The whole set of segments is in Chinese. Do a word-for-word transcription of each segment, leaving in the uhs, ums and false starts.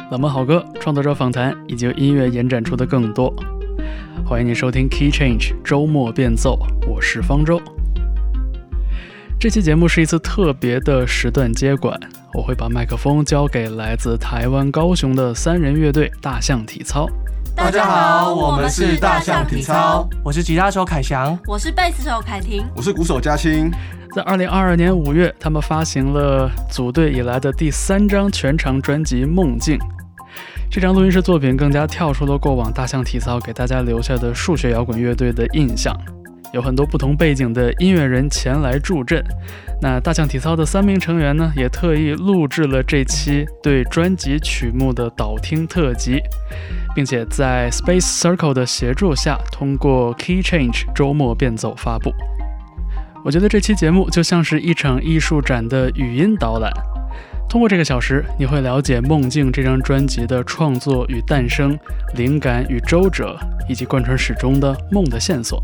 冷门好歌、创作者访谈以及音乐延展出的更多。欢迎你收听 Key Change 周末变奏，我是方舟。这期节目是一次特别的时段接管，我会把麦克风交给来自台湾高雄的三人乐队大象体操。 大家好，我们是大象体操， 我是吉他手凯翔， 我是贝斯手凯婷， 我是鼓手嘉欣。 在二零二二年五月，他们发行了组队以来的第三张全长专辑《梦境》。这张录音室作品更加跳出了过往大象体操给大家留下的数学摇滚乐队的印象，有很多不同背景的音乐人前来助阵。那大象体操的三名成员呢，也特意录制了这期对专辑曲目的导听特辑，并且在 Space Circle 的协助下，通过 Key Change 周末变奏发布。我觉得这期节目就像是一场艺术展的语音导览，通过这个小时，你会了解《梦境》这张专辑的创作与诞生、灵感与周折，以及贯穿始终的梦的线索。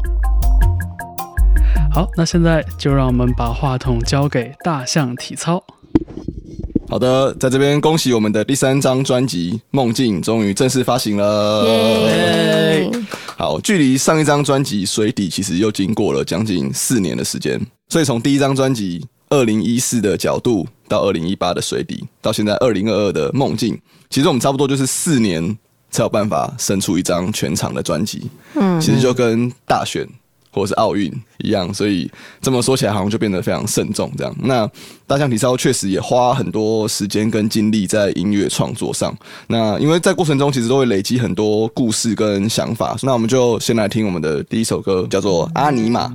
好，那现在就让我们把话筒交给大象体操。 好的，在这边恭喜我们的第三张专辑《梦境》终于正式发行了。 Yeah! 好，距离上一张专辑《水底》其实又经过了将近四年的时间，所以从第一张专辑二零一四的角度到二零一八的《水底》，到现在二零二二的《梦境》，其实我们差不多就是四年才有办法生出一张全长的专辑。嗯，其实就跟大选或者是奥运一样，所以这么说起来好像就变得非常慎重这样。那大象体操确实也花很多时间跟精力在音乐创作上，那因为在过程中其实都会累积很多故事跟想法，那我们就先来听我们的第一首歌，叫做《阿尼玛》。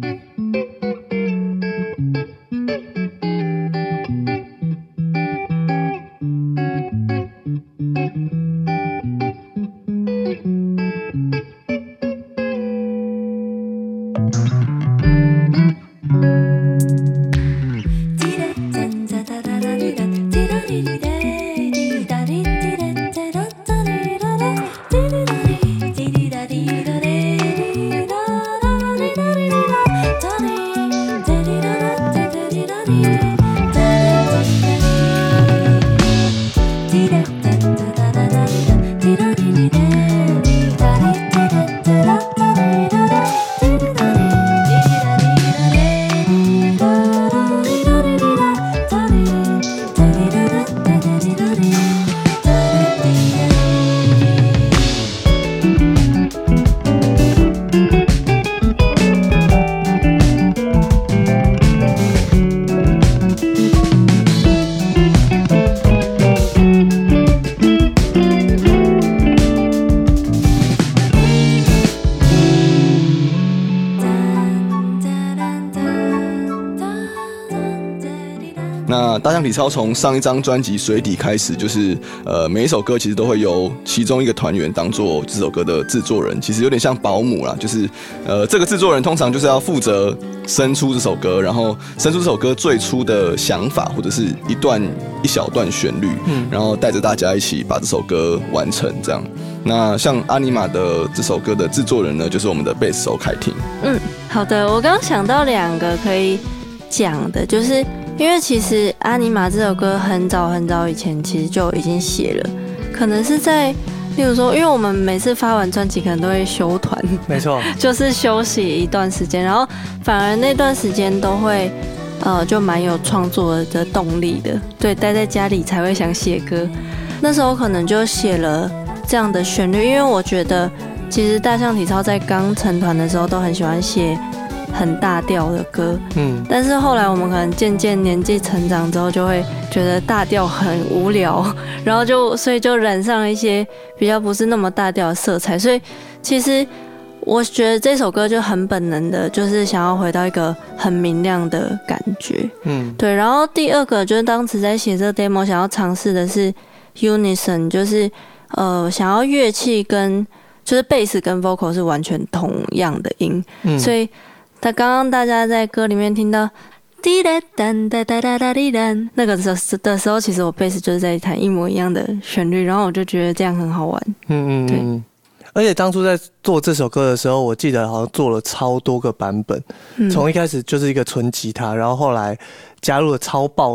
那大象体操从上一张专辑《水底》开始，就是呃每一首歌其实都会由其中一个团员当做这首歌的制作人，其实有点像保姆啦，就是呃这个制作人通常就是要负责生出这首歌，然后生出这首歌最初的想法或者是一段一小段旋律，嗯，然后带着大家一起把这首歌完成这样。那像阿尼玛的这首歌的制作人呢，就是我们的贝斯手凯婷。 嗯，好的，我刚刚想到两个可以讲的，就是因为其实阿尼玛这首歌很早很早以前其实就已经写了，可能是在例如说，因为我们每次发完专辑可能都会休团， 没错， 就是休息一段时间，然后反而那段时间都会呃就蛮有创作的动力的，对，待在家里才会想写歌。那时候可能就写了这样的旋律，因为我觉得其实大象体操在刚成团的时候都很喜欢写很大调的歌，嗯，但是后来我们可能渐渐年纪成长之后，就会觉得大调很无聊，然后就所以就染上了一些比较不是那么大调的色彩，所以其实我觉得这首歌就很本能的，就是想要回到一个很明亮的感觉，嗯，对。然后第二个就是当时在写这个 demo 想要尝试的是 unison， 就是呃想要乐器跟就是贝斯跟 vocal 是完全同样的音，嗯，所以他刚刚大家在歌里面听到滴答哒哒哒哒哒滴答那个的时候，其实我贝斯就是在弹一模一样的旋律，然后我就觉得这样很好玩。嗯嗯，对。 而且当初在做这首歌的时候，我记得好像做了超多个版本，从、嗯、一开始就是一个纯吉他，然后后来加入了超爆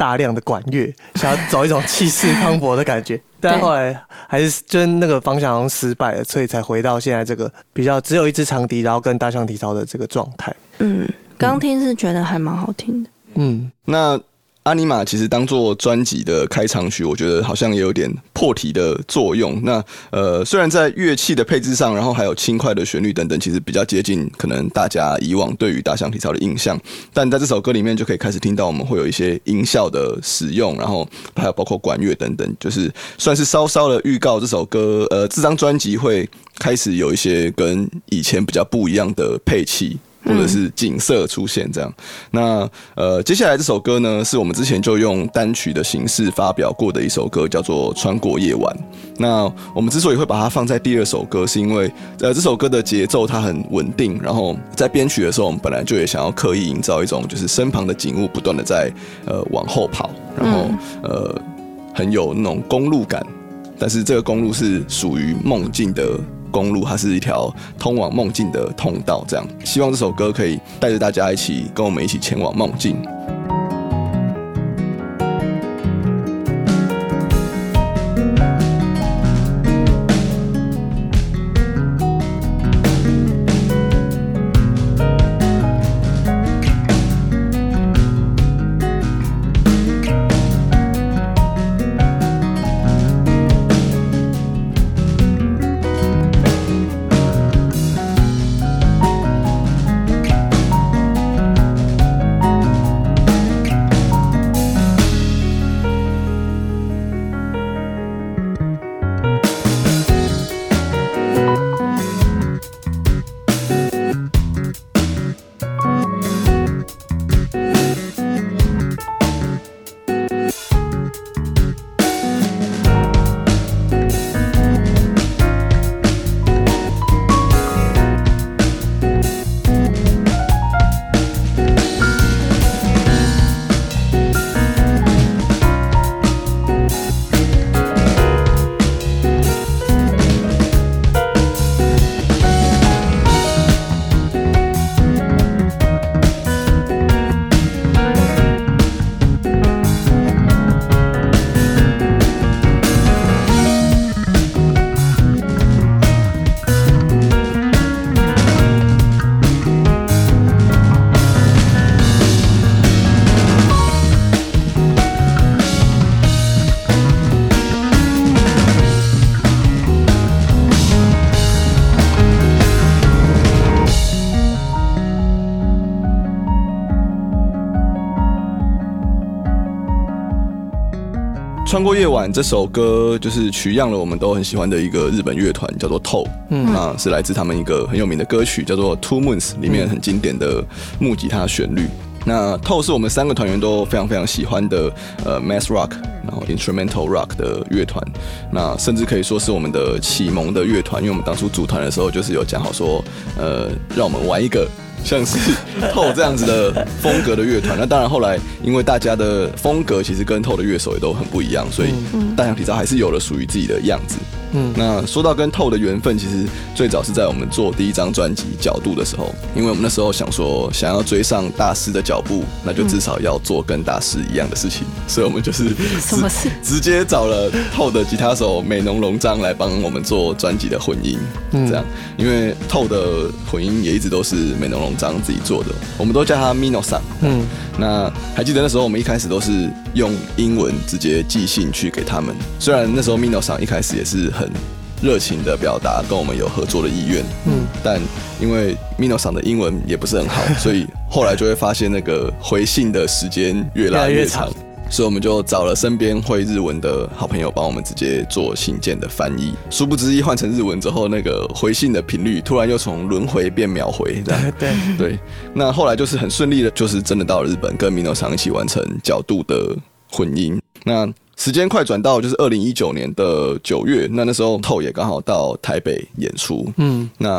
大量的管乐，想要走一种气势磅礴的感觉。但后来还是就是那个方向好像失败了，所以才回到现在这个比较只有一支长笛，然后跟大象体操的这个状态。 嗯，刚听是觉得还蛮好听的。 嗯， 那阿尼玛其实当做专辑的开场曲，我觉得好像也有点破题的作用。那呃，虽然在乐器的配置上，然后还有轻快的旋律等等，其实比较接近可能大家以往对于大象体操的印象，但在这首歌里面就可以开始听到我们会有一些音效的使用，然后还有包括管乐等等，就是算是稍稍的预告这首歌，呃，这张专辑会开始有一些跟以前比较不一样的配器。或者是景色出现这样，那呃，接下来这首歌呢，是我们之前就用单曲的形式发表过的一首歌，叫做《穿过夜晚》。那我们之所以会把它放在第二首歌，是因为呃这首歌的节奏它很稳定，然后在编曲的时候，我们本来就也想要刻意营造一种就是身旁的景物不断的在呃往后跑，然后呃很有那种公路感，但是这个公路是属于梦境的。公路，它是一条通往梦境的通道，这样希望这首歌可以带着大家一起跟我们一起前往梦境。穿过夜晚这首歌就是取样了我们都很喜欢的一个日本乐团，叫做 T O， 嗯，啊，是来自他们一个很有名的歌曲，叫做 Two Moons， 里面很经典的木吉他旋律。那 T O 是我们三个团员都非常非常喜欢的呃 Math Rock， 然后 Instrumental Rock 的乐团，那甚至可以说是我们的启蒙的乐团，因为我们当初组团的时候就是有讲好说，呃，让我们玩一个像是 T O 这样子的风格的乐团。那当然后来因为大家的风格其实跟 T O 的乐手也都很不一样，所以大象体操还是有了属于自己的样子。嗯，那说到跟 T O 的缘分，其实最早是在我们做第一张专辑《角度》的时候，因为我们那时候想说，想要追上大师的脚步，那就至少要做跟大师一样的事情，嗯、所以我们就是什么事直接找了 T O 的吉他手美浓龙章来帮我们做专辑的混音，嗯、这样，因为 T O 的混音也一直都是美浓龙章自己做的，我们都叫他 Mino 桑。嗯，那还记得那时候我们一开始都是用英文直接寄信去给他们，虽然那时候 Mino 桑一开始也是很热情的表达跟我们有合作的意愿，嗯，但因为 Mino 桑的英文也不是很好，所以后来就会发现那个回信的时间越来越长，所以我们就找了身边会日文的好朋友帮我们直接做信件的翻译。殊不知一换成日文之后，那个回信的频率突然又从轮回变秒回，这样对对。那后来就是很顺利的，就是真的到了日本，跟 Mino 桑一起完成角度的混音。那时间快转到就是二零一九年的九月，那那时候 T O 也刚好到台北演出，嗯，那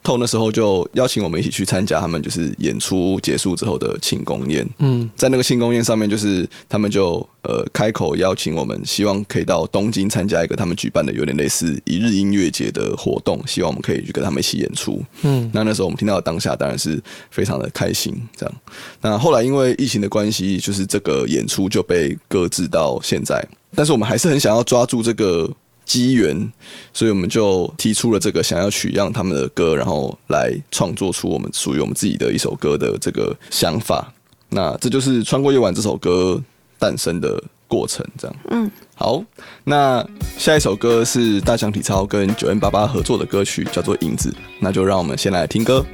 透那时候就邀请我们一起去参加他们就是演出结束之后的庆功宴。嗯，在那个庆功宴上面，就是他们就呃开口邀请我们，希望可以到东京参加一个他们举办的有点类似一日音乐节的活动，希望我们可以去跟他们一起演出。嗯，那那时候我们听到的当下当然是非常的开心。这样，那后来因为疫情的关系，就是这个演出就被搁置到现在，但是我们还是很想要抓住这个机缘，所以我们就提出了这个想要取样他们的歌，然后来创作出我们属于我们自己的一首歌的这个想法。那这就是《穿过夜晚》这首歌诞生的过程，这样。嗯，好，那下一首歌是大象体操跟九 N 八八合作的歌曲，叫做《影子》，那就让我们先来听歌。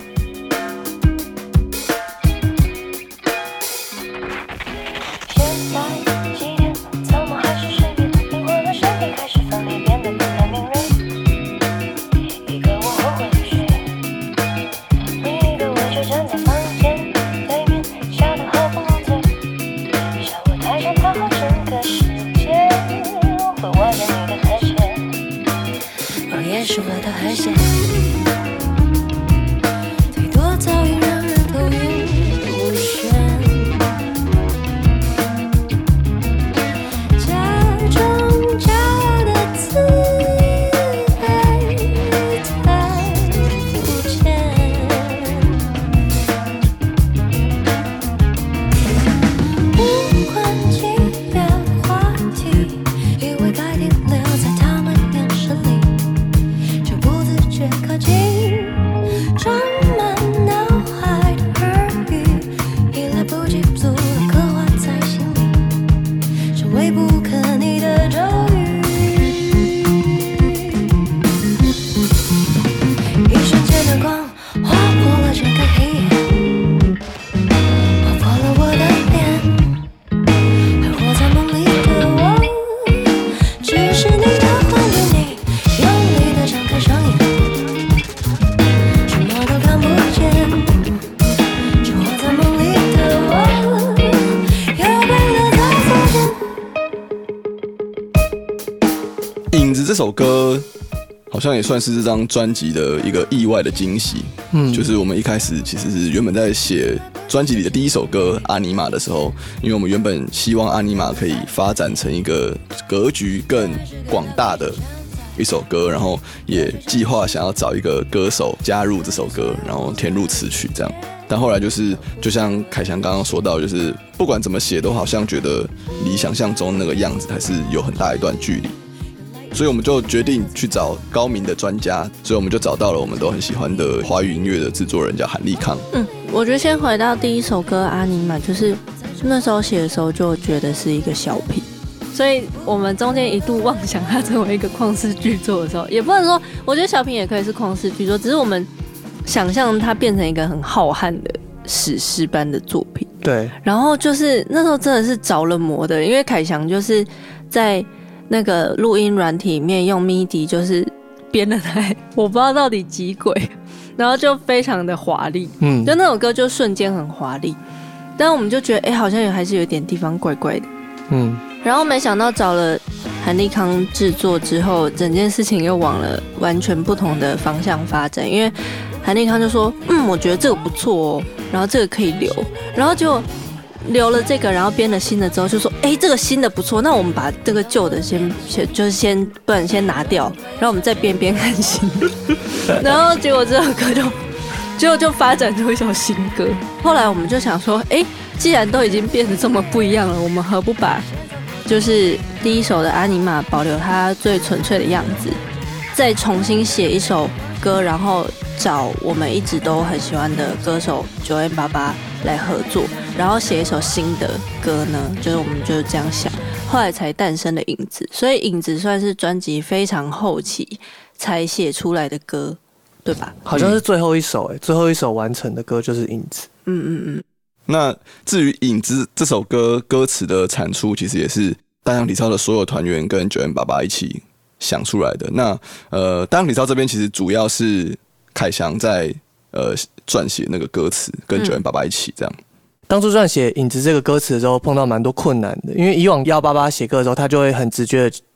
这首歌好像也算是这张专辑的一个意外的惊喜。嗯，就是我们一开始其实是原本在写专辑里的第一首歌《阿尼玛》的时候，因为我们原本希望《阿尼玛》可以发展成一个格局更广大的一首歌，然后也计划想要找一个歌手加入这首歌，然后填入词曲这样。但后来就是就像凯翔刚刚说到，就是不管怎么写，都好像觉得离想象中那个样子还是有很大一段距离。所以我们就决定去找高明的专家，所以我们就找到了我们都很喜欢的华语音乐的制作人，叫韩立康。 嗯，我觉得先回到第一首歌《阿尼玛》，就是那时候写的时候就觉得是一个小品，所以我们中间一度妄想它成为一个旷世巨作的时候，也不能说，我觉得小品也可以是旷世巨作，只是我们想象它变成一个很浩瀚的史诗般的作品。 对， 然后就是那时候真的是着了魔的，因为凯翔就是在那个录音软体里面用 M I D I 就是编了台我不知道到底几轨，然后就非常的华丽，嗯，就那首歌就瞬间很华丽，但我们就觉得哎、欸，好像也还是有点地方怪怪的，嗯，然后没想到找了韩立康制作之后，整件事情又往了完全不同的方向发展，因为韩立康就说嗯，我觉得这个不错哦，然后这个可以留，然后就留了这个，然后编了新的之后就说哎、欸，这个新的不错，那我们把这个旧的先先就是先不然先拿掉，然后我们再编编看新的然后结果这首歌就结果就发展出一首新歌。后来我们就想说哎、欸，既然都已经变得这么不一样了，我们何不把就是第一首的阿尼玛保留它最纯粹的样子，再重新写一首歌，然后找我们一直都很喜欢的歌手九 N 八八来合作，然后写一首新的歌呢，就是我们就是这样想，后来才诞生了影子。所以影子算是专辑非常后期才写出来的歌，对吧？ 好像是最后一首、欸、最后一首完成的歌就是影子。 嗯嗯嗯。 那至于影子这首歌歌词的产出，其实也是大象体操的所有团员跟九 N 八八一起想出来的。那呃，大象体操这边其实主要是凯翔在呃撰写那个歌词，跟九 N 八八一起这样。嗯、 当初撰写影子这个歌词的时候，碰到蛮多困难的，因为以往一八八写歌的时候，他就会很直觉的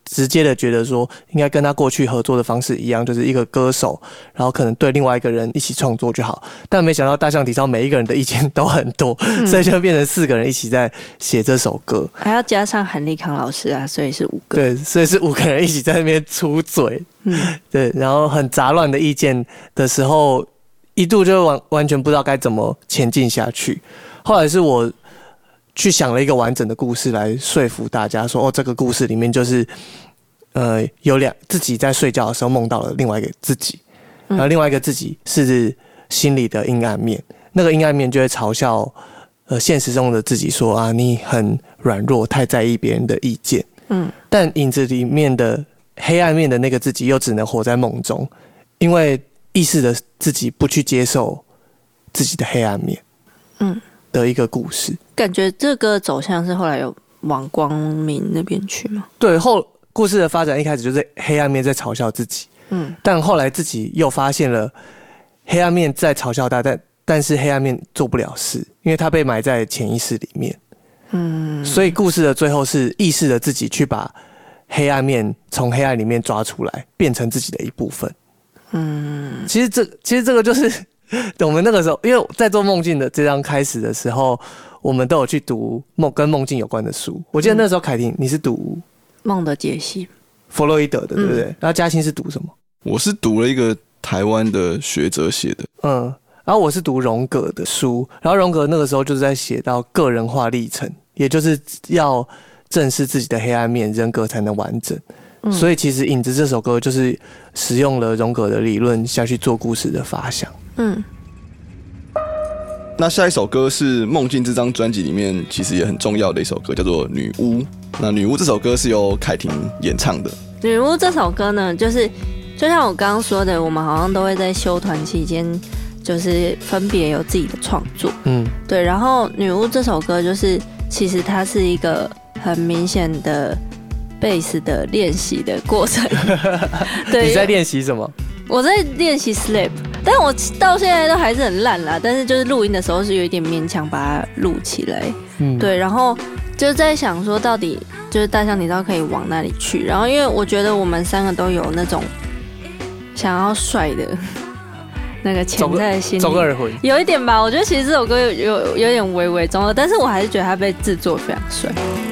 直接的觉得说，应该跟他过去合作的方式一样，就是一个歌手，然后可能对另外一个人一起创作就好。但没想到大象体操每一个人的意见都很多，嗯、所以就变成四个人一起在写这首歌， 还要加上韩立康老师啊，所以是五个。 对，所以是五个人一起在那边出嘴。嗯，对，然后很杂乱的意见的时候，一度就完完全不知道该怎么前进下去。后来是我去想了一个完整的故事来说服大家说，哦，这个故事里面就是，呃，有两自己在睡觉的时候梦到了另外一个自己，然后另外一个自己是心里的阴暗面，那个阴暗面就会嘲笑，呃，现实中的自己说啊，你很软弱，太在意别人的意见，嗯，但影子里面的黑暗面的那个自己又只能活在梦中，因为意识的自己不去接受自己的黑暗面，嗯。的一个故事， 感觉这个走向是后来有往光明那边去吗？ 对，后故事的发展一开始就是黑暗面在嘲笑自己，嗯，但后来自己又发现了黑暗面在嘲笑他，但但是黑暗面做不了事，因为他被埋在潜意识里面，嗯，所以故事的最后是意识的自己去把黑暗面从黑暗里面抓出来，变成自己的一部分，嗯，其实这其实这个就是。我们那个时候，因为在做梦境的这章开始的时候，我们都有去读梦跟梦境有关的书。我记得那时候凯婷你是读梦的解析， 弗洛伊德的，对不对？嗯、然后嘉欣是读什么？ 我是读了一个台湾的学者写的， 嗯，然后我是读荣格的书，然后荣格那个时候就是在写到个人化历程，也就是要正视自己的黑暗面，人格才能完整。嗯、所以其实《影子》这首歌就是使用了荣格的理论下去做故事的发想。嗯， 那下一首歌是《梦境》这张专辑里面其实也很重要的一首歌，叫做《女巫》。那《女巫》这首歌是由凯婷演唱的。《 女巫》这首歌呢，就是就像我刚刚说的，我们好像都会在休团期间，就是分别有自己的创作。嗯，对。然后《女巫》这首歌，就是其实它是一个很明显的贝斯的练习的过程。 对，你在练习什么？ 我在练习 slap， 但我到现在都还是很烂啦。但是就是录音的时候是有一点勉强把它录起来，嗯，对。然后就在想说，到底就是大象体操可以往哪里去？然后因为我觉得我们三个都有那种想要帅的那个潜在的心理， 中二魂有一点吧。我觉得其实这首歌有有有点微微中二，但是我还是觉得它被制作非常帅。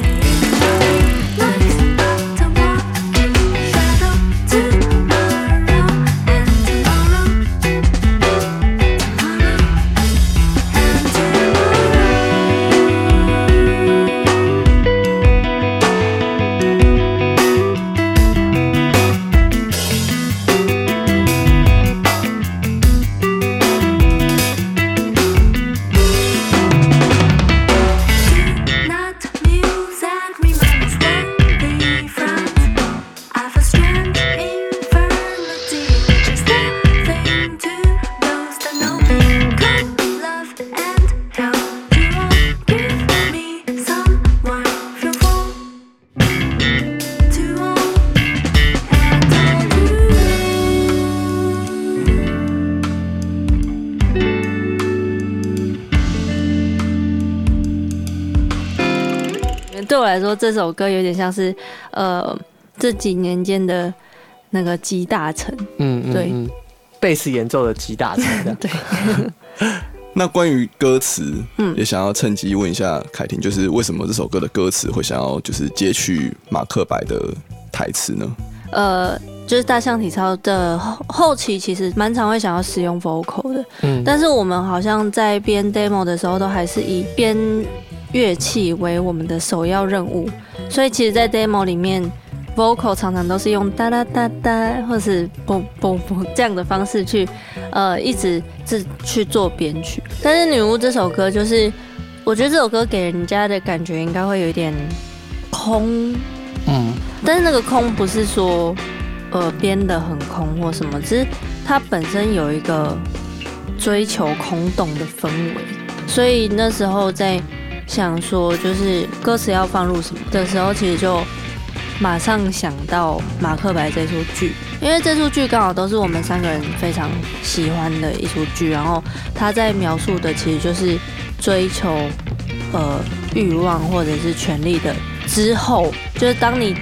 对我来说，这首歌有点像是呃这几年间的那个集大成，嗯，嗯对， 贝斯演奏的集大成， 对。 那关于歌词，嗯，也想要趁机问一下凯婷，就是为什么这首歌的歌词会想要就是截取马克白的台词呢？ 呃，就是大象体操的后期其实蛮常会想要使用 vocal 的，嗯，但是我们好像在编 demo 的时候都还是以编乐器为我们的首要任务，所以其实，在 demo 里面 ，vocal 常常都是用哒哒哒哒，或是嘣嘣嘣这样的方式去，呃，一直自去做编曲。但是《女巫》这首歌，就是我觉得这首歌给人家的感觉应该会有一点空，嗯，但是那个空不是说呃编得很空或什么，只是它本身有一个追求空洞的氛围，所以那时候在想说，就是歌词要放入什么的时候，其实就马上想到马克白这出剧，因为这出剧刚好都是我们三个人非常喜欢的一出剧，然后他在描述的其实就是追求呃欲望或者是权力的之后，就是当你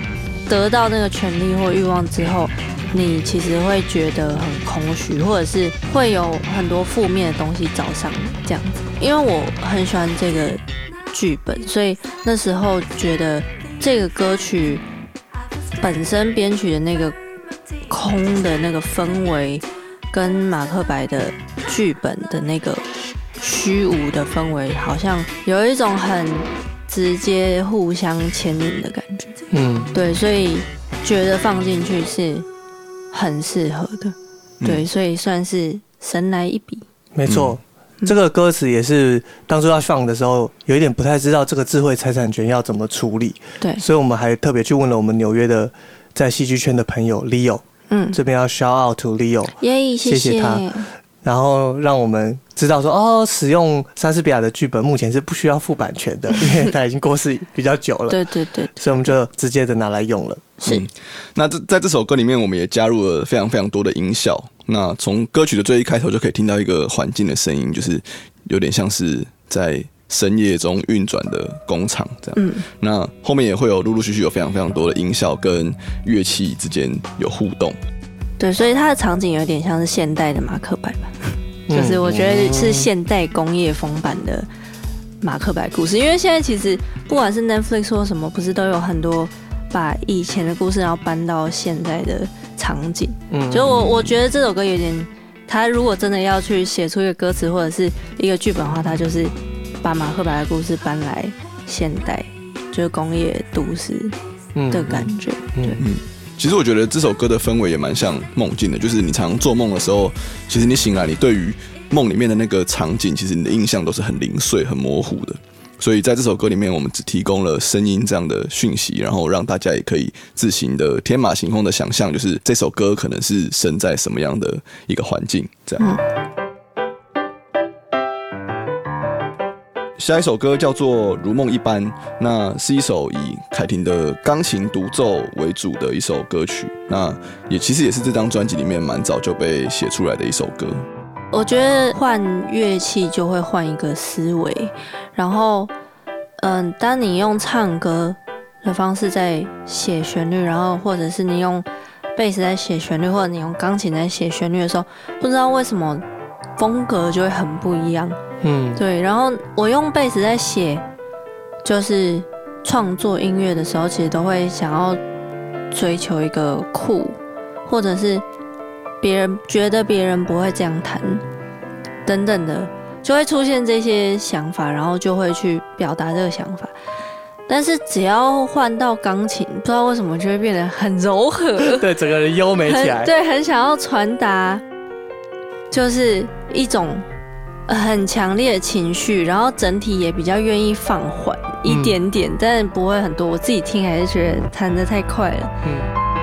得到那个权利或欲望之后，你其实会觉得很空虚，或者是会有很多负面的东西找上你这样子。因为我很喜欢这个剧本，所以那时候觉得这个歌曲本身编曲的那个空的那个氛围，跟马克白的剧本的那个虚无的氛围，好像有一种很直接互相牵引的感觉。嗯，对，所以觉得放进去是很适合的。对，所以算是神来一笔。 没错。嗯，这个歌词也是当初要放的时候，有一点不太知道这个智慧财产权要怎么处理。对，所以我们还特别去问了我们纽约的在戏剧圈的朋友 Leo。嗯，这边要 shout out to Leo， 耶，谢谢他。 然后让我们知道说，哦，使用莎士比亚的剧本目前是不需要付版权的，因为它已经过世比较久了。 对对对， 所以我们就直接的拿来用了。 是。 嗯，那这在这首歌里面，我们也加入了非常非常多的音效。那从歌曲的最一开头就可以听到一个环境的声音，就是有点像是在深夜中运转的工厂这样。嗯，那后面也会有陆陆续续有非常非常多的音效跟乐器之间有互动。 对，所以它的场景有点像是现代的马克白吧，就是我觉得是现代工业风版的马克白故事。因为现在其实不管是 Netflix 或什么，不是都有很多把以前的故事然后搬到现在的场景。嗯，就我我觉得这首歌有点，他如果真的要去写出一个歌词或者是一个剧本的话，他就是把马克白的故事搬来现代，就是工业都市的感觉。对。嗯， 其实我觉得这首歌的氛围也蛮像梦境的，就是你常常做梦的时候，其实你醒来，你对于梦里面的那个场景，其实你的印象都是很零碎、很模糊的。所以在这首歌里面，我们只提供了声音这样的讯息，然后让大家也可以自行的天马行空的想象，就是这首歌可能是身在什么样的一个环境，这样。嗯，下一首歌叫做《如梦一般》，那是一首以凯婷的钢琴独奏为主的一首歌曲，那也其实也是这张专辑里面蛮早就被写出来的一首歌。 我觉得换乐器就会换一个思维，然后，嗯，当你用唱歌的方式在写旋律，然后或者是你用贝斯在写旋律，或者你用钢琴在写旋律的时候，不知道为什么风格就会很不一样。嗯，对。然后我用贝斯在写，就是创作音乐的时候，其实都会想要追求一个酷，或者是别人觉得别人不会这样弹，等等的，就会出现这些想法，然后就会去表达这个想法。但是只要换到钢琴，不知道为什么就会变得很柔和， 对，整个人优美起来， 对，很想要传达，就是一种很强烈的情绪，然后整体也比较愿意放缓一点点，嗯，但不会很多。我自己听还是觉得弹得太快了。嗯。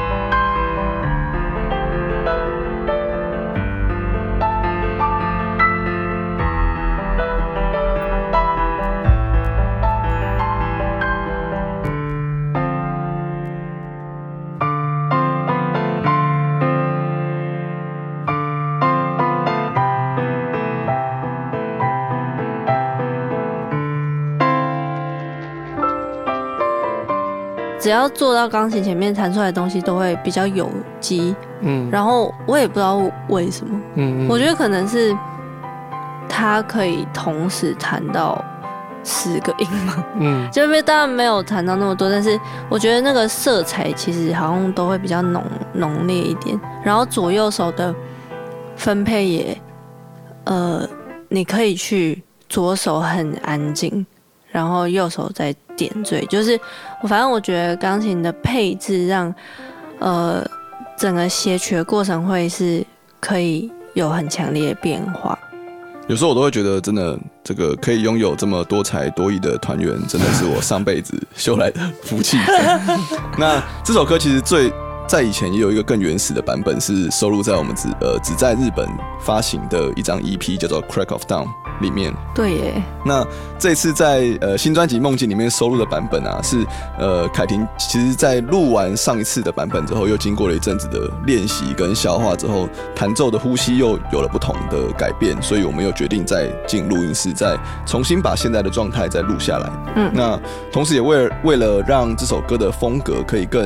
只要坐到钢琴前面弹出来的东西都会比较有机，嗯，然后我也不知道为什么，嗯，我觉得可能是他可以同时弹到十个音嘛，嗯，就当然没有弹到那么多，但是我觉得那个色彩其实好像都会比较浓浓烈一点，然后左右手的分配也，呃，你可以去左手很安静，然后右手再点缀，就是我反正我觉得钢琴的配置让呃整个写曲的过程会是可以有很强烈的变化。 有时候我都会觉得，真的这个可以拥有这么多才多艺的团员，真的是我上辈子修来的福气。那这首歌其实最在以前也有一个更原始的版本，是收录在我们只呃只在日本发行的一张 E P， 叫做《Crack of Dawn》里面。 对耶。 那这次在呃新专辑《梦境》里面收录的版本啊，是呃凯婷其实在录完上一次的版本之后，又经过了一阵子的练习跟消化之后，弹奏的呼吸又有了不同的改变，所以我们又决定再进录音室，再重新把现在的状态再录下来。嗯。那同时也为了为了让这首歌的风格可以更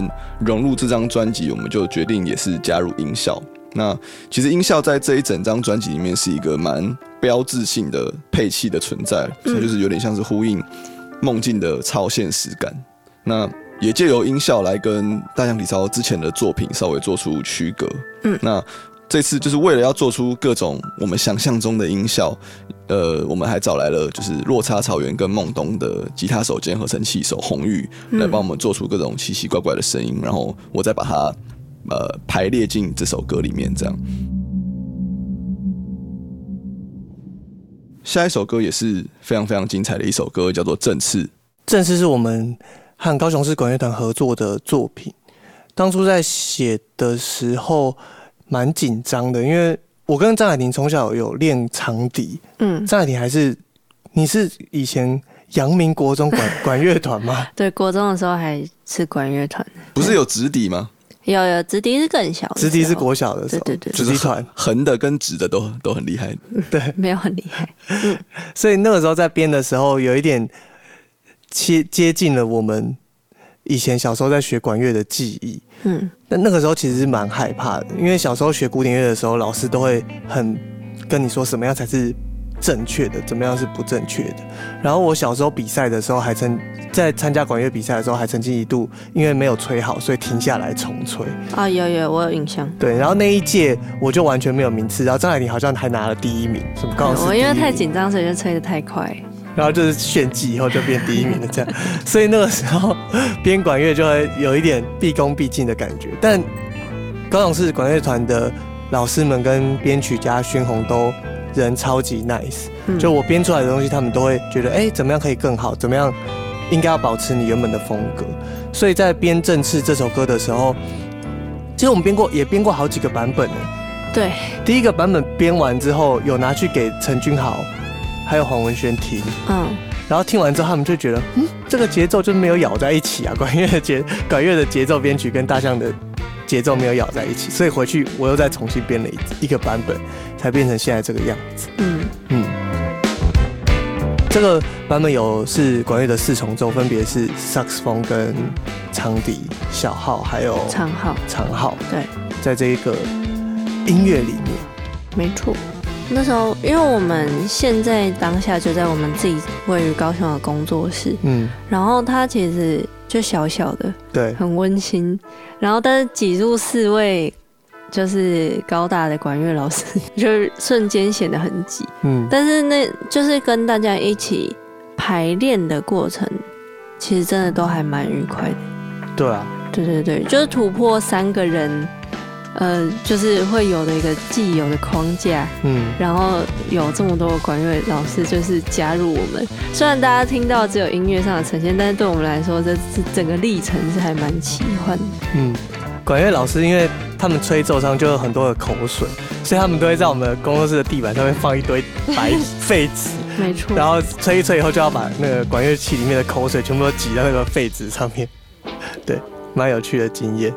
融入这张专辑，我们就决定也是加入音效。那其实音效在这一整张专辑里面是一个蛮标志性的配器的存在，所以就是有点像是呼应梦境的超现实感。那也借由音效来跟大象体操之前的作品稍微做出区隔。嗯，那这次就是为了要做出各种我们想象中的音效，呃，我们还找来了就是落差草原跟梦东的吉他手兼合成器手红玉来帮我们做出各种奇奇怪怪的声音，然后我再把它呃排列进这首歌里面，这样。下一首歌也是非常非常精彩的一首歌，叫做《振翅》。 振翅是我们和高雄市管乐团合作的作品。当初在写的时候蛮紧张的，因为我跟张海婷从小有练长笛。嗯，张海婷还是你是以前阳明国中管管乐团吗？ 对，国中的时候还是管乐团。 不是有直笛吗？ 有有，直笛是更小的， 直笛是国小的时候， 对对对， 直笛团横的跟直的都都很厉害。 对， 没有很厉害。嗯， 所以那个时候在编的时候，有一点接接近了我们以前小时候在学管乐的记忆。嗯，但那个时候其实是蛮害怕的，因为小时候学古典乐的时候，老师都会很跟你说什么样才是正确的，怎么样是不正确的。然后我小时候比赛的时候，还曾在参加管乐比赛的时候，还曾经一度因为没有吹好，所以停下来重吹。 啊，有有，我有印象。 对，然后那一届我就完全没有名次，然后张海婷好像还拿了第一名，什么高雄市第一名。 我因为太紧张，所以就吹得太快。 然后就是炫技以后就变第一名了，这样，所以那个时候编管乐就会有一点毕恭毕敬的感觉。但高雄市管乐团的老师们跟编曲家宣宏都人超级 nice，、嗯、就我编出来的东西，他们都会觉得，哎、欸，怎么样可以更好？怎么样应该要保持你原本的风格？所以在编《振翅》这首歌的时候，其实我们编过，也编过好几个版本呢。 对， 第一个版本编完之后，有拿去给陈君豪还有黄文轩听，嗯，然后听完之后，他们就觉得，嗯，这个节奏就没有咬在一起啊，管乐的节管乐的节奏编曲跟大象的节奏没有咬在一起，所以回去我又再重新编了一一个版本，才变成现在这个样子。嗯嗯，这个版本有是管乐的四重奏，分别是萨克斯风跟长笛、小号还有长号。 长号， 对， 在这一个音乐里面， 没错。那时候，因为我们现在当下就在我们自己位于高雄的工作室，嗯，然后它其实就小小的， 对， 很温馨。然后，但是挤入四位就是高大的管乐老师，就瞬间显得很挤，嗯。但是那就是跟大家一起排练的过程，其实真的都还蛮愉快的。 对啊， 对对对，就是突破三个人。呃，就是会有的一个既有的框架，嗯，然后有这么多的管乐老师就是加入我们。虽然大家听到只有音乐上的呈现，但是对我们来说，这是整个历程是还蛮奇幻的。 嗯，管乐老师因为他们吹奏上就有很多的口水，所以他们都会在我们工作室的地板上面放一堆白废纸， 没错。 然后吹一吹以后，就要把那个管乐器里面的口水全部都挤到那个废纸上面。对，蛮有趣的经验。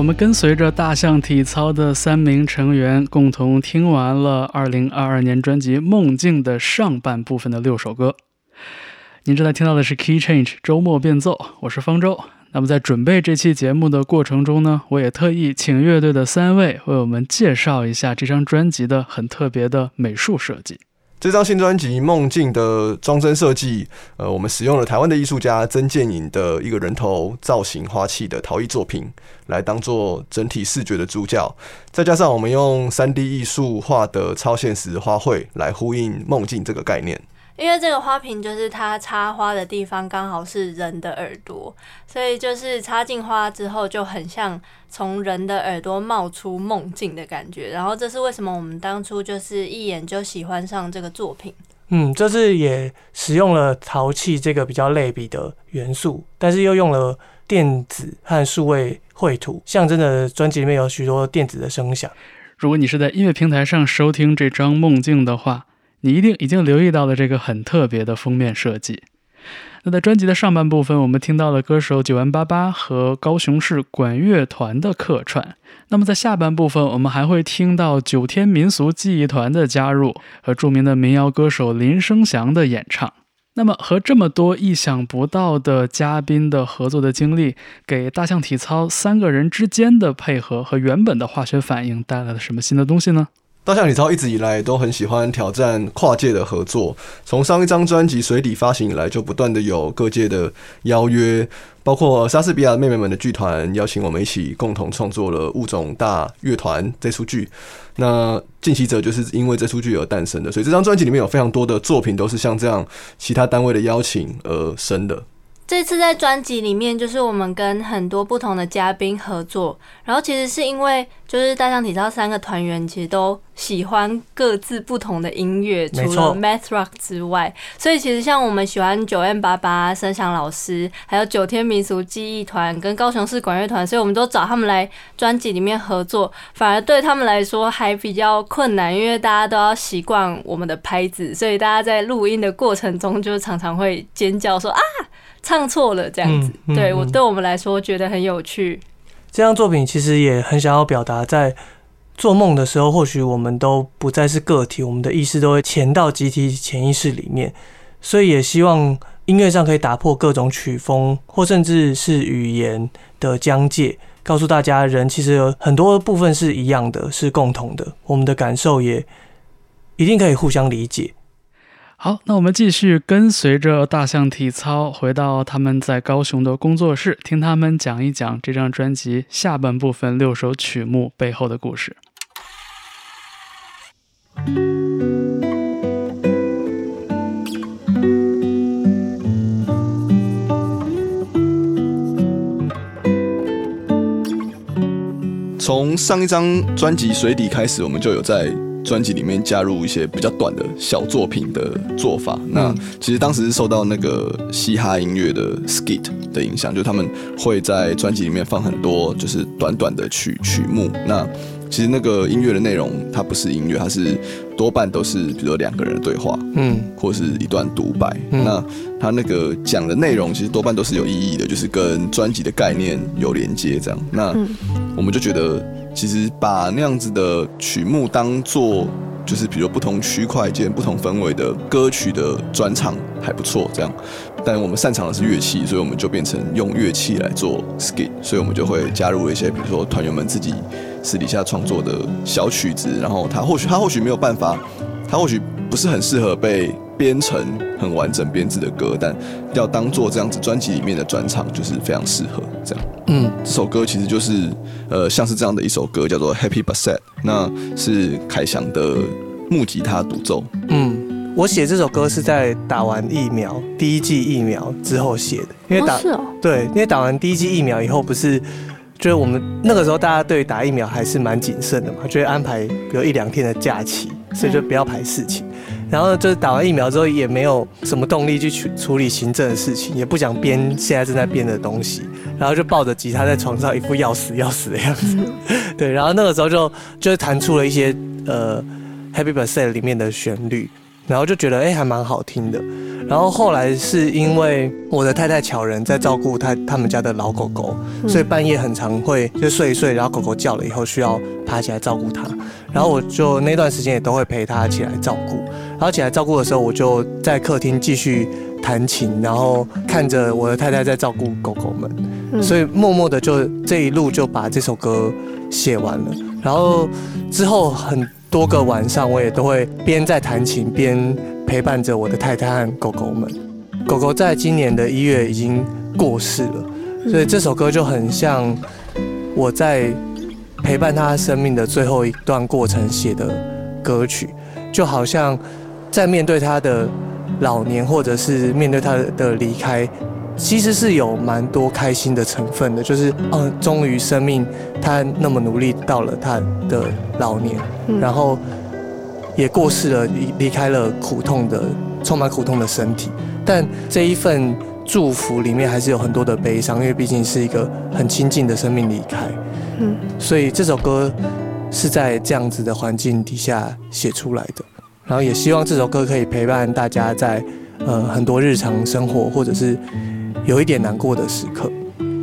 我们跟随着大象体操的三名成员，共同听完了二零二二年专辑《梦境》的上半部分的六首歌。您正在听到的是 Key Change 周末变奏，我是方舟。那么在准备这期节目的过程中呢，我也特意请乐队的三位为我们介绍一下这张专辑的很特别的美术设计。 这张新专辑《梦境》的装帧设计，呃，我们使用了台湾的艺术家曾建颖的一个人头造型花器的陶艺作品，来当做整体视觉的主角，再加上我们用 三 D 艺术画的超现实花卉来呼应梦境这个概念。 因为这个花瓶就是它插花的地方刚好是人的耳朵，所以就是插进花之后就很像从人的耳朵冒出梦境的感觉，然后这是为什么我们当初就是一眼就喜欢上这个作品。 嗯，这次也使用了陶器这个比较类比的元素，但是又用了电子和数位绘图，象征的专辑里面有许多电子的声响。 如果你是在音乐平台上收听这张《梦境》的话，你一定已经留意到了这个很特别的封面设计。那在专辑的上半部分，我们听到了歌手九万八八和高雄市管乐团的客串。那么在下半部分，我们还会听到九天民俗技艺团的加入和著名的民谣歌手林生祥的演唱。那么和这么多意想不到的嘉宾的合作的经历，给大象体操三个人之间的配合和原本的化学反应带来了什么新的东西呢？ 大象体操一直以来都很喜欢挑战跨界的合作，从上一张专辑《水底》发行以来，就不断的有各界的邀约，包括莎士比亚妹妹们的剧团邀请我们一起共同创作了《物种大乐团》这出剧。那近期者就是因为这出剧而诞生的，所以这张专辑里面有非常多的作品都是像这样其他单位的邀请而生的。 这次在专辑里面，就是我们跟很多不同的嘉宾合作，然后其实是因为就是大象体操三个团员其实都喜欢各自不同的音乐，除了 Math Rock 之外，所以其实像我们喜欢九 M 八八、生祥老师，还有九天民俗技艺团跟高雄市管乐团，所以我们都找他们来专辑里面合作，反而对他们来说还比较困难，因为大家都要习惯我们的拍子，所以大家在录音的过程中就常常会尖叫说啊唱错了这样子。嗯嗯嗯、对我对我们来说觉得很有趣。 这张作品其实也很想要表达，在做梦的时候，或许我们都不再是个体，我们的意识都会潜到集体潜意识里面，所以也希望音乐上可以打破各种曲风或甚至是语言的疆界，告诉大家人其实有很多部分是一样的，是共同的，我们的感受也一定可以互相理解。 好，那我们继续跟随着大象体操回到他们在高雄的工作室，听他们讲一讲这张专辑下半部分六首曲目背后的故事。 从上一张专辑《水底》开始，我们就有在专辑里面加入一些比较短的小作品的做法。那其实当时是受到那个嘻哈音乐的 skit 的影响，就他们会在专辑里面放很多就是短短的曲曲目。那其实那个音乐的内容它不是音乐，它是多半都是比如说两个人的对话，嗯，或是一段独白。嗯、那它那个讲的内容其实多半都是有意义的，就是跟专辑的概念有连接这样。那我们就觉得，其实把那样子的曲目当作就是比如不同区块间不同氛围的歌曲的专场还不错这样。但我们擅长的是乐器，所以我们就变成用乐器来做 skit， 所以我们就会加入一些比如说团员们自己私底下创作的小曲子，然后他或许他或许没有办法，他或许不是很适合被编成很完整编制的歌，但要当做这样子专辑里面的专场，就是非常适合这样。嗯，这首歌其实就是呃像是这样的一首歌，叫做 Happy But Sad， 那是凯翔的木吉他独奏。嗯。 我写这首歌是在打完疫苗第一剂疫苗之后写的，因为打、哦是哦、对，因为打完第一剂疫苗以后，不是就是我们那个时候大家对打疫苗还是蛮谨慎的嘛，就会安排比如一两天的假期，所以就不要排事情。然后就是打完疫苗之后也没有什么动力去处理行政的事情，也不想编现在正在编的东西，然后就抱着吉他在床上一副要死要死的样子。对，然后那个时候就就弹出了一些呃 Happy Birthday 里面的旋律。 然后就觉得哎、欸、还蛮好听的。然后后来是因为我的太太巧人在照顾他他们家的老狗狗，所以半夜很常会就睡一睡，然后狗狗叫了以后需要爬起来照顾它，然后我就那段时间也都会陪它起来照顾。然后起来照顾的时候，我就在客厅继续弹琴，然后看着我的太太在照顾狗狗们，所以默默的就这一路就把这首歌写完了。然后之后很多个晚上，我也都会边在弹琴边陪伴着我的太太和狗狗们。狗狗在今年的一月已经过世了，所以这首歌就很像我在陪伴他生命的最后一段过程写的歌曲，就好像在面对他的老年，或者是面对他的离开，其实是有蛮多开心的成分的，就是哦，终于生命他那么努力到了他的老年，然后也过世了，离开了苦痛的充满苦痛的身体，但这一份祝福里面还是有很多的悲伤，因为毕竟是一个很亲近的生命离开，嗯，所以这首歌是在这样子的环境底下写出来的。然后也希望这首歌可以陪伴大家在呃很多日常生活，或者是有一点难过的时刻。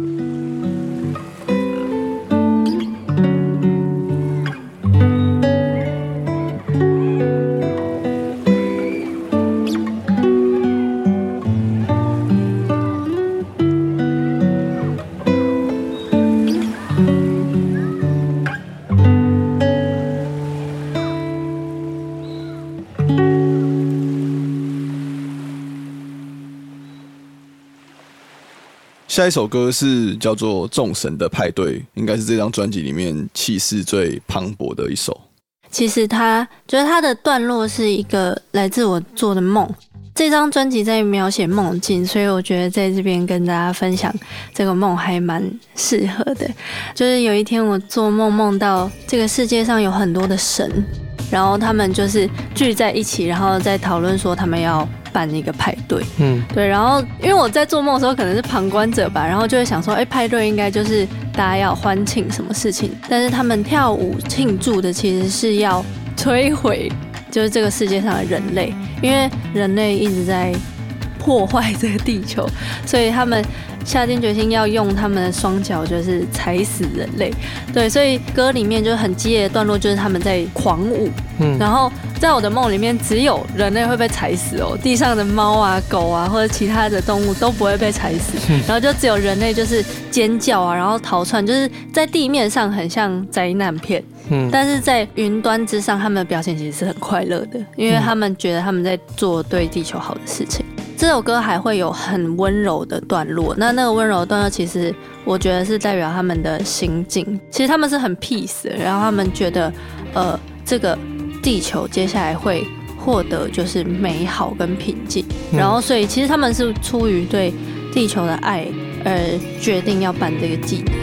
下一首歌是叫做《众神的派对》，应该是这张专辑里面气势最磅礴的一首。 其实他觉得他的段落是一个来自我做的梦。这张专辑在描写梦境，所以我觉得在这边跟大家分享这个梦还蛮适合的。就是有一天我做梦，梦到这个世界上有很多的神，然后他们就是聚在一起，然后在讨论说他们要办一个派对，嗯，对，然后因为我在做梦的时候可能是旁观者吧，然后就会想说，哎，派对应该就是大家要欢庆什么事情，但是他们跳舞庆祝的其实是要摧毁，就是这个世界上的人类，因为人类一直在破坏这个地球，所以他们下定决心要用他们的双脚，就是踩死人类。对，所以歌里面就很激烈的段落，就是他们在狂舞。嗯，然后在我的梦里面，只有人类会被踩死哦，地上的猫啊、狗啊或者其他的动物都不会被踩死，然后就只有人类就是尖叫啊，然后逃窜，就是在地面上很像灾难片。嗯，但是在云端之上，他们的表现其实是很快乐的，因为他们觉得他们在做对地球好的事情。这首歌还会有很温柔的段落，那那个温柔的段落其实我觉得是代表他们的心境，其实他们是很 peace 的，然后他们觉得呃这个地球接下来会获得就是美好跟平静，然后所以其实他们是出于对地球的爱而决定要办这个纪念。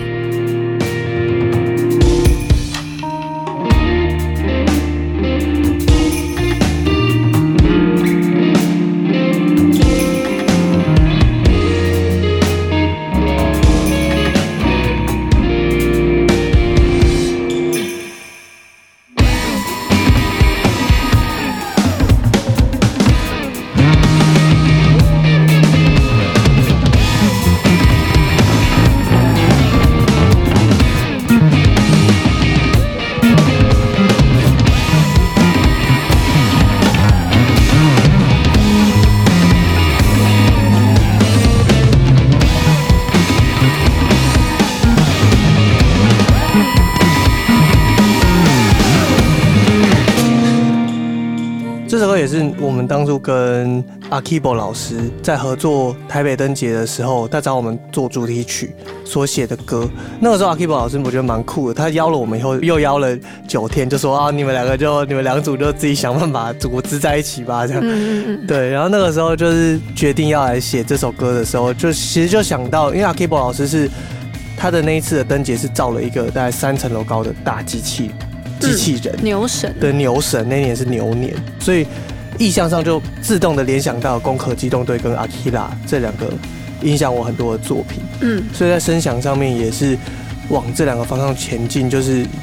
这首歌也是我们当初跟 Akibo 老师在合作台北灯节的时候，他找我们做主题曲所写的歌。那个时候 Akibo 老师我觉得蛮酷的，他邀了我们以后又邀了九天，就说啊你们两个就你们两组就自己想办法组织在一起吧，这样。对，然后那个时候就是决定要来写这首歌的时候，就其实就想到，因为 Akibo 老师是他的那一次的灯节是造了一个大概三层楼高的大机器。机器人、 嗯、牛神， 对，牛神那年是牛年，所以意象上就自动的联想到《攻壳机动队》跟《Akira》这两个影响我很多的作品，嗯，所以在声响上面也是往这两个方向前进，就是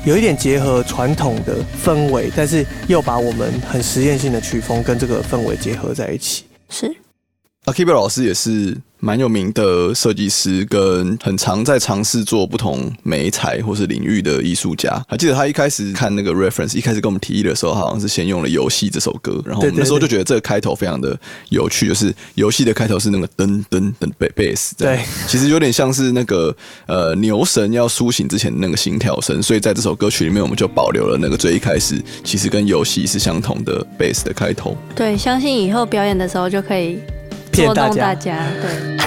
有一点结合传统的氛围，但是又把我们很实验性的曲风跟这个氛围结合在一起。 是。 Akiba 老师也是蛮有名的设计师，跟很常在尝试做不同媒材或是领域的艺术家。还记得他一开始看那个 reference， 一开始跟我们提议的时候，好像是先用了《游戏》这首歌，然后我们那时候就觉得这个开头非常的有趣，就是游戏的开头是那个噔噔噔 bass， 对，其实有点像是那个呃牛神要苏醒之前的那个心跳声，所以在这首歌曲里面，我们就保留了那个最一开始其实跟游戏是相同的 bass 的开头。 对，相信以后表演的时候就可以捉弄大家，对。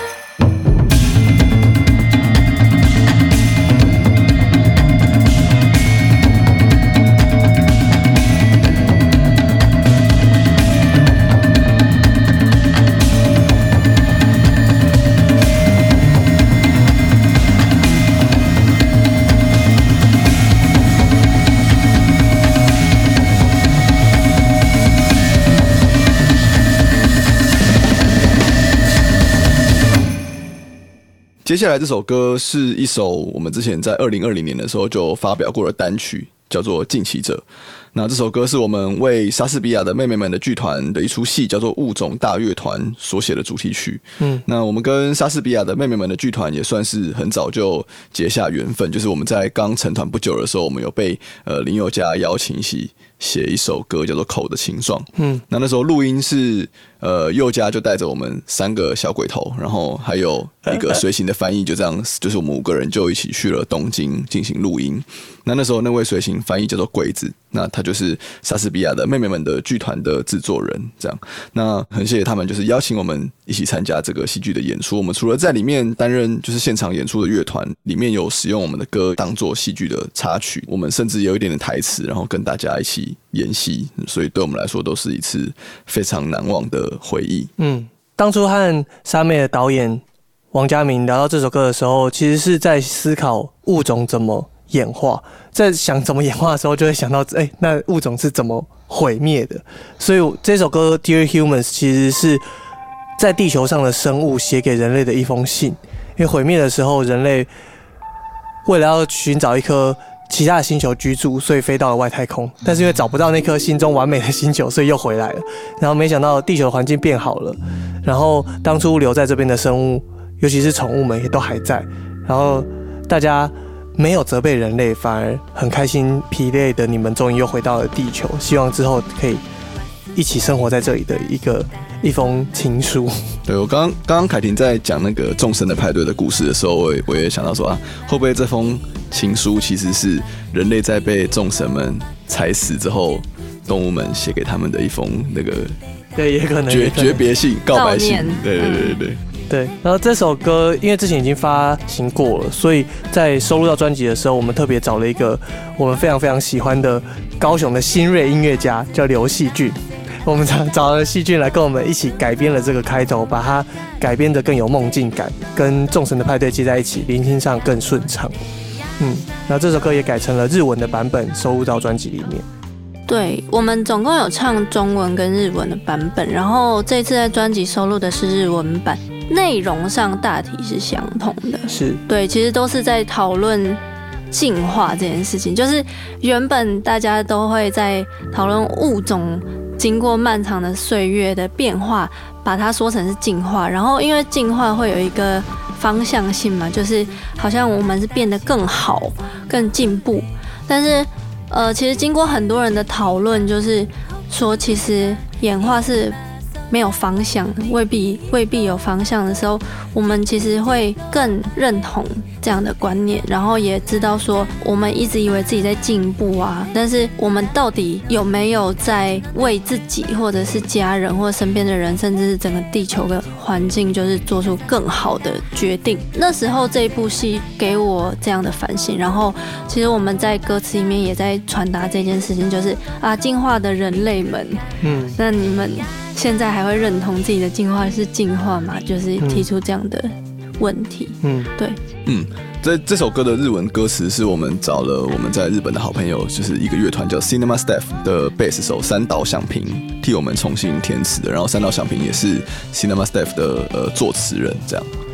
接下来这首歌是一首我们之前在二零二零年的时候就发表过的单曲，叫做《近期者》。那这首歌是我们为莎士比亚的妹妹们的剧团的一出戏，叫做《物种大乐团》所写的主题曲。嗯，那我们跟莎士比亚的妹妹们的剧团也算是很早就结下缘分，就是我们在刚成团不久的时候，我们有被呃林宥嘉邀请一起写一首歌，叫做《口的情状》。嗯，那那时候录音是呃宥嘉就带着我们三个小鬼头，然后还有一个随行的翻译，就这样，就是我们五个人就一起去了东京进行录音。那那时候那位随行翻译叫做鬼子，那他就是莎士比亚的妹妹们的剧团的制作人，这样。那很谢谢他们，就是邀请我们一起参加这个戏剧的演出。我们除了在里面担任就是现场演出的乐团，里面有使用我们的歌当做戏剧的插曲，我们甚至有一点点台词，然后跟大家一起演戏，所以对我们来说都是一次非常难忘的回忆。 嗯，当初和莎妹的导演王嘉明聊到这首歌的时候，其实是在思考物种怎么演化，在想怎么演化的时候，就会想到，哎、欸，那物种是怎么毁灭的？所以这首歌《Dear Humans》其实是在地球上的生物写给人类的一封信。因为毁灭的时候，人类为了要寻找一颗其他的星球居住，所以飞到了外太空。但是因为找不到那颗心中完美的星球，所以又回来了。然后没想到地球的环境变好了，然后当初留在这边的生物，尤其是宠物们也都还在。然后大家没有责备人类，反而很开心，疲累的你们终于又回到了地球，希望之后可以一起生活在这里的一个一封情书。 对，我刚刚刚刚凯婷在讲那个众神的派对的故事的时候，我也我也想到说啊，会不会这封情书其实是人类在被众神们踩死之后，动物们写给他们的一封那个对，也可能诀诀别信、告白信。对对对对对。 对，然后这首歌因为之前已经发行过了，所以在收录到专辑的时候，我们特别找了一个我们非常非常喜欢的高雄的新锐音乐家，叫刘细俊。我们找了细俊来跟我们一起改编了这个开头，把它改编得更有梦境感，跟众神的派对接在一起，聆听上更顺畅。嗯，然后这首歌也改成了日文的版本，收录到专辑里面。 对，我们总共有唱中文跟日文的版本，然后这次在专辑收录的是日文版。内容上大体是相同的， 是对，其实都是在讨论进化这件事情。就是原本大家都会在讨论物种经过漫长的岁月的变化，把它说成是进化。然后因为进化会有一个方向性嘛，就是好像我们是变得更好、更进步。但是呃，其实经过很多人的讨论，就是说其实演化是没有方向，未必未必有方向的时候，我们其实会更认同这样的观念，然后也知道说，我们一直以为自己在进步啊，但是我们到底有没有在为自己或者是家人或者身边的人，甚至是整个地球的环境，就是做出更好的决定？那时候这一部戏给我这样的反省，然后其实我们在歌词里面也在传达这件事情，就是啊，进化的人类们，嗯，那你们现在还会认同自己的进化是进化吗？就是提出这样的问题。嗯，对， 嗯，这这首歌的日文歌词是我们找了我们在日本的好朋友，就是一个乐团叫 Cinema Staff 的贝斯手三岛响平替我们重新填词的。然后三岛响平也是 Cinema Staff 的呃作词人，这样。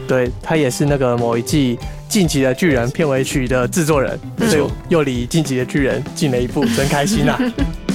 对，他也是那个某一季《晋级的巨人》片尾曲的制作人，所以又离《晋级的巨人》近了一步，真开心啊！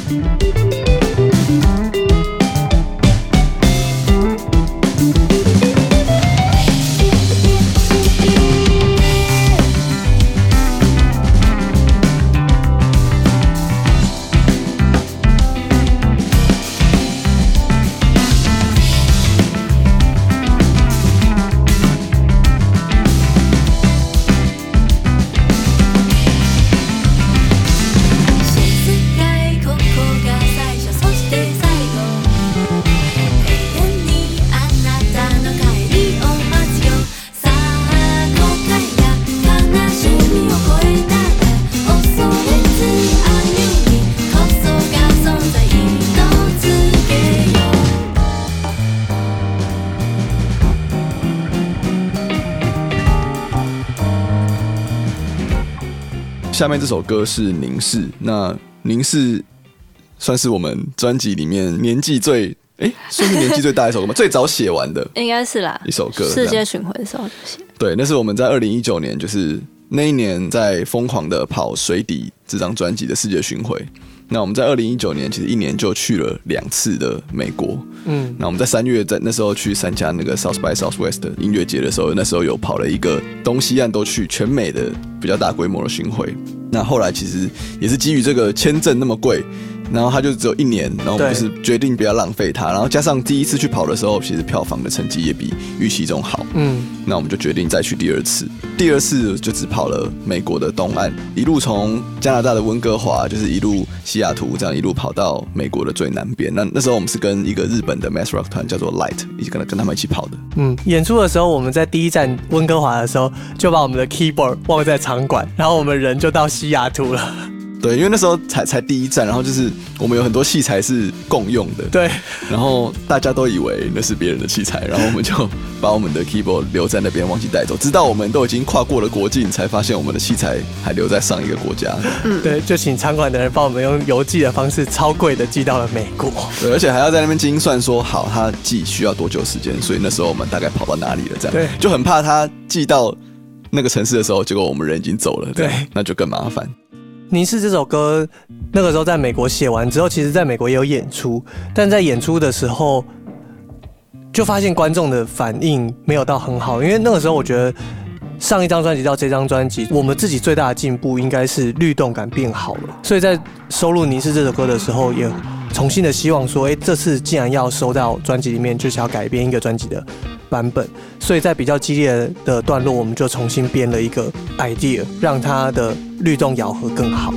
下面这首歌是凝视，那凝视算是我们专辑里面年纪最哎，算是年纪最大的一首歌吗？最早写完的， 应该是啦， 一首歌。 世界巡回的时候就写。 对，那是我们在二零一九年，就是那一年在疯狂的跑水底这张专辑的世界巡回。那我们在二零一九年其实一年就去了两次的美国，嗯，那我们在三月在那时候去参加那个 South by Southwest 的音乐节的时候，那时候有跑了一个东西岸都去全美的比较大规模的巡回。那后来其实也是基于这个签证那么贵，然后他就只有一年，然后我们就是决定不要浪费它，然后加上第一次去跑的时候，其实票房的成绩也比预期中好，嗯，那我们就决定再去第二次。第二次就只跑了美国的东岸，一路从加拿大的温哥华，就是一路西雅图这样一路跑到美国的最南边。那那时候我们是跟一个日本的 math rock 团叫做 Light 一起跟跟他们一起跑的。 嗯，演出的时候我们在第一站温哥华的时候，就把我们的 keyboard 忘在场馆，然后我们人就到西雅图了。 对，因为那时候才才第一站，然后就是我们有很多器材是共用的， 对， 然后大家都以为那是别人的器材，然后我们就把我们的 keyboard 留在那边，忘记带走，直到我们都已经跨过了国境，才发现我们的器材还留在上一个国家。 嗯，对，就请场馆的人帮我们用邮寄的方式超贵的寄到了美国。 对，而且还要在那边精算说好他寄需要多久时间，所以那时候我们大概跑到哪里了，这样，对，就很怕他寄到那个城市的时候，结果我们人已经走了，对，那就更麻烦。 凝视这首歌那个时候在美国写完之后，其实在美国也有演出，但在演出的时候就发现观众的反应没有到很好，因为那个时候我觉得上一张专辑到这张专辑，我们自己最大的进步应该是律动感变好了，所以在收录凝视这首歌的时候，也重新的希望说，哎，这次既然要收到专辑里面，就是要改编一个专辑的版本，所以在比较激烈的段落，我们就重新编了一个 idea， 让它的律动咬合更好。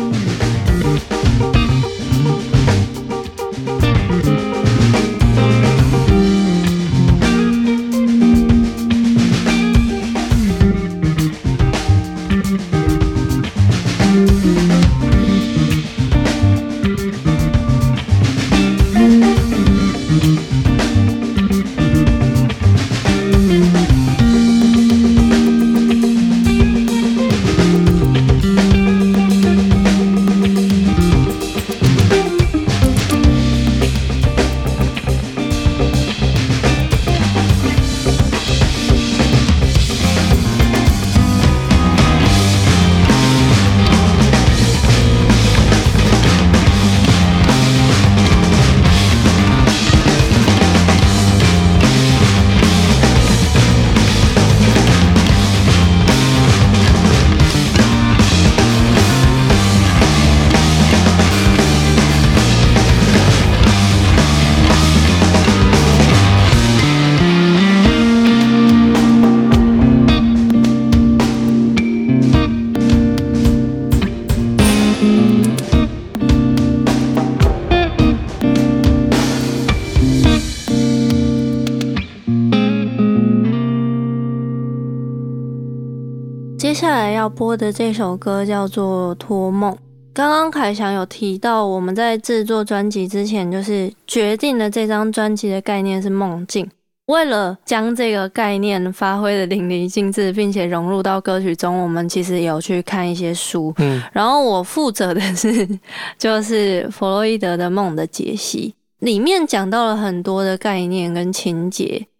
接下来要播的这首歌叫做《托梦》。刚刚凯翔有提到，我们在制作专辑之前，就是决定了这张专辑的概念是梦境。为了将这个概念发挥的淋漓尽致，并且融入到歌曲中，我们其实有去看一些书。嗯，然后我负责的是就是弗洛伊德的梦的解析，里面讲到了很多的概念跟情节。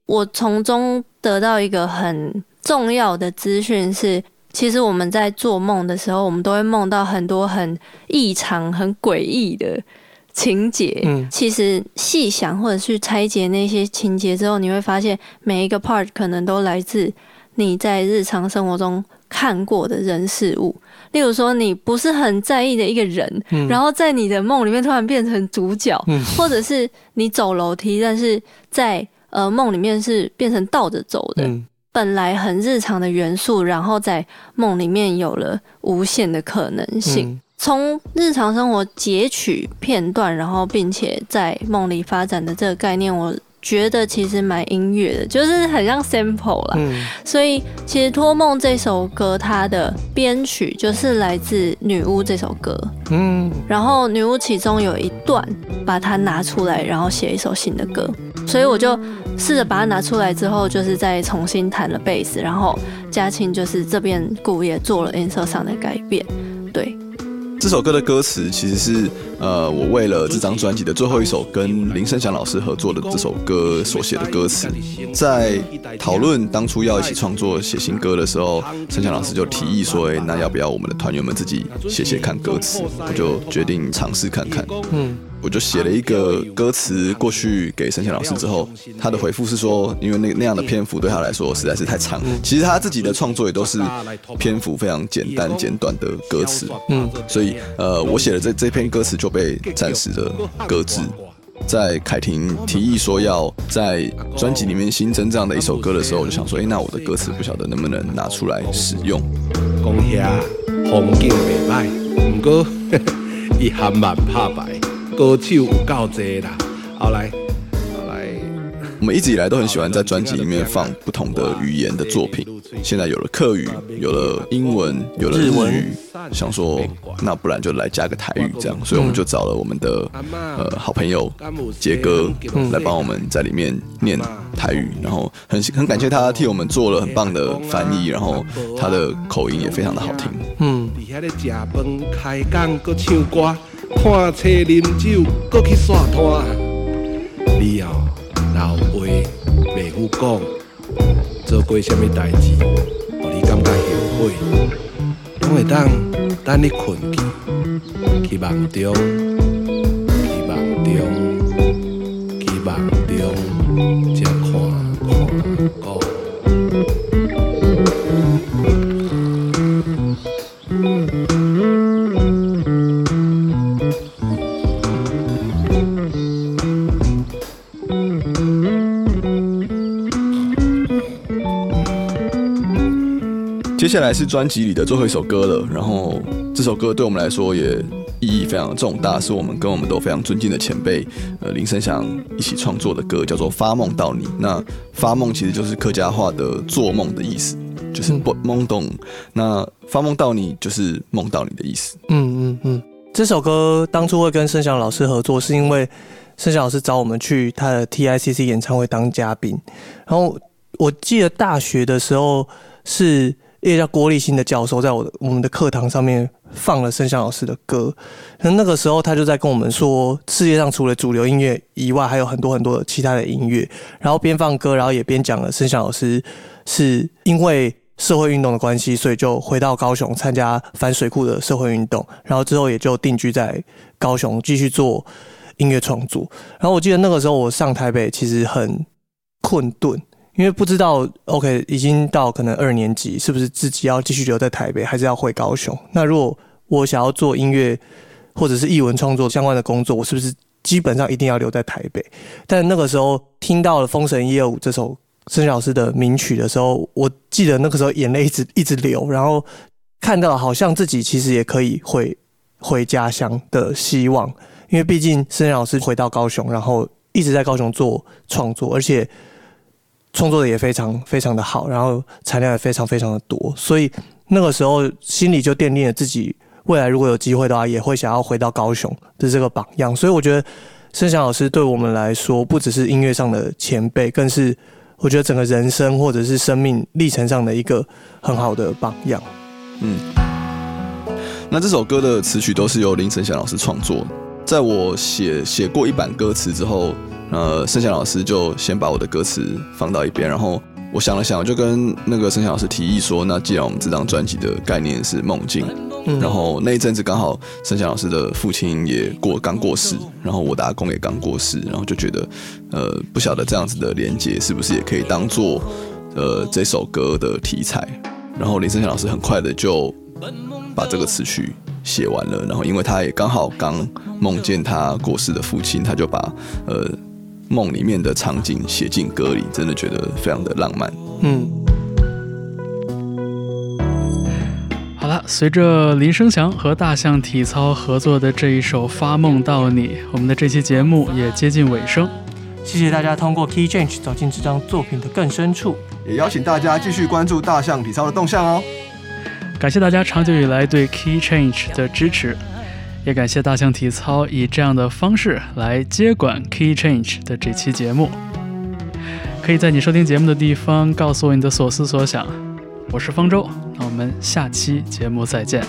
我从中得到一个很重要的资讯是，其实我们在做梦的时候，我们都会梦到很多很异常、很诡异的情节。嗯，其实细想或者去拆解那些情节之后，你会发现每一个 part 可能都来自你在日常生活中看过的人事物。例如说，你不是很在意的一个人，嗯、然后在你的梦里面突然变成主角，嗯、或者是你走楼梯，但是在呃梦里面是变成倒着走的。嗯，本来很日常的元素，然后在梦里面有了无限的可能性。从、嗯、日常生活截取片段，然后并且在梦里发展的这个概念，我觉得其实蛮音乐的，就是很像 sample 啦。嗯、所以其实《托梦》这首歌，它的编曲就是来自《女巫》这首歌。嗯，然后《女巫》其中有一段把它拿出来，然后写一首新的歌。所以我就试着把它拿出来之后，就是再重新弹了贝斯，然后嘉庆就是这边鼓也做了音色上的改变。对， 这首歌的歌词其实是呃，我为了这张专辑的最后一首跟林生祥老师合作的这首歌所写的歌词。在讨论当初要一起创作写新歌的时候，生祥老师就提议说：“哎，那要不要我们的团员们自己写写看歌词？”我就决定尝试看看。嗯。我就写了一个歌词过去给生祥老师之后，他的回复是说，因为那那样的篇幅对他来说实在是太长。其实他自己的创作也都是篇幅非常简单简短的歌词，嗯，所以呃，我写的这这篇歌词就被暂时的搁置。在凯婷提议说要在专辑里面新增这样的一首歌的时候，我就想说，哎、欸，那我的歌词不晓得能不能拿出来使用。 讲遐风景袂歹，不过伊含慢拍白。歌手有够多啦，后来，后来， 我们一直以来都很喜欢在专辑里面放不同的语言的作品。现在有了客语，有了英文，有了日语，想说那不然就来加个台语这样，所以我们就找了我们的呃好朋友杰哥来帮我们在里面念台语，然后很很感谢他替我们做了很棒的翻译，然后他的口音也非常的好听。嗯。看册啉酒，搁去散摊。你哦，老话袂赴讲，做过什么代志，互你感觉后悔，拢会当等你困去，去梦中，去梦中，去梦中，才看看讲。接下来是专辑里的最后一首歌了，然后这首歌对我们来说也意义非常的重大，是我们跟我们都非常尊敬的前辈呃林生祥一起创作的歌，叫做《发梦到你》。那发梦其实就是客家话的做梦的意思，就是懵懂。那发梦到你就是梦到你的意思。 嗯嗯嗯。这首歌当初会跟生祥老师合作，是因为生祥老师找我们去他的 T I C C 演唱会当嘉宾，然后我记得大学的时候是。一个叫郭立新的教授在我的我们的课堂上面放了生祥老师的歌，那个时候他就在跟我们说，世界上除了主流音乐以外，还有很多很多的其他的音乐。然后边放歌，然后也边讲了生祥老师是因为社会运动的关系，所以就回到高雄参加反水库的社会运动，然后之后也就定居在高雄继续做音乐创作。然后我记得那个时候我上台北其实很困顿。因为不知道 ，OK， 已经到可能二年级，是不是自己要继续留在台北，还是要回高雄？那如果我想要做音乐或者是艺文创作相关的工作，我是不是基本上一定要留在台北？但那个时候听到了《封神一二五》这首生祥老师的名曲的时候，我记得那个时候眼泪一直一直流，然后看到好像自己其实也可以回回家乡的希望，因为毕竟生祥老师回到高雄，然后一直在高雄做创作，而且。创作的也非常非常的好，然后产量也非常非常的多，所以那个时候心里就奠定了自己未来如果有机会的话，也会想要回到高雄的这个榜样。所以我觉得生祥老师对我们来说，不只是音乐上的前辈，更是我觉得整个人生或者是生命历程上的一个很好的榜样。 嗯，那这首歌的词曲都是由林生祥老师创作。在我写写过一版歌词之后， 呃，盛祥老师就先把我的歌词放到一边，然后我想了想，我就跟那个盛祥老师提议说，那既然我们这张专辑的概念是梦境，嗯、然后那一阵子刚好盛祥老师的父亲也过刚过世，然后我的阿公也刚过世，然后就觉得，呃，不晓得这样子的连结是不是也可以当做呃这首歌的题材。然后林盛祥老师很快的就把这个词曲写完了，然后因为他也刚好刚梦见他过世的父亲，他就把呃梦里面的场景写进歌里，真的觉得非常的浪漫。嗯， 好了，随着林生祥和大象体操合作的这一首《发梦到你》，我们的这期节目也接近尾声。 谢谢大家通过 Key Change 走进这张作品的更深处， 也邀请大家继续关注大象体操的动向哦。 感谢大家长久以来对 Key Change 的支持，也感谢大象体操以这样的方式来接管 Key Change 的这期节目。可以在你收听节目的地方告诉我你的所思所想。我是方舟，那我们下期节目再见。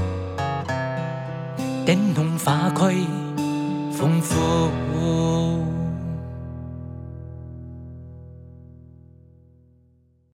灯笼花开，风拂。